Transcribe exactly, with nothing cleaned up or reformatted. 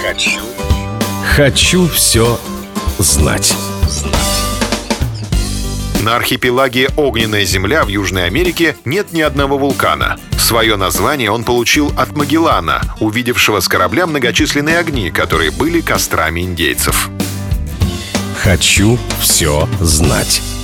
Хочу. Хочу все знать. На архипелаге Огненная земля в Южной Америке нет ни одного вулкана. Свое название он получил от Магеллана, увидевшего с корабля многочисленные огни, которые были кострами индейцев. Хочу все знать.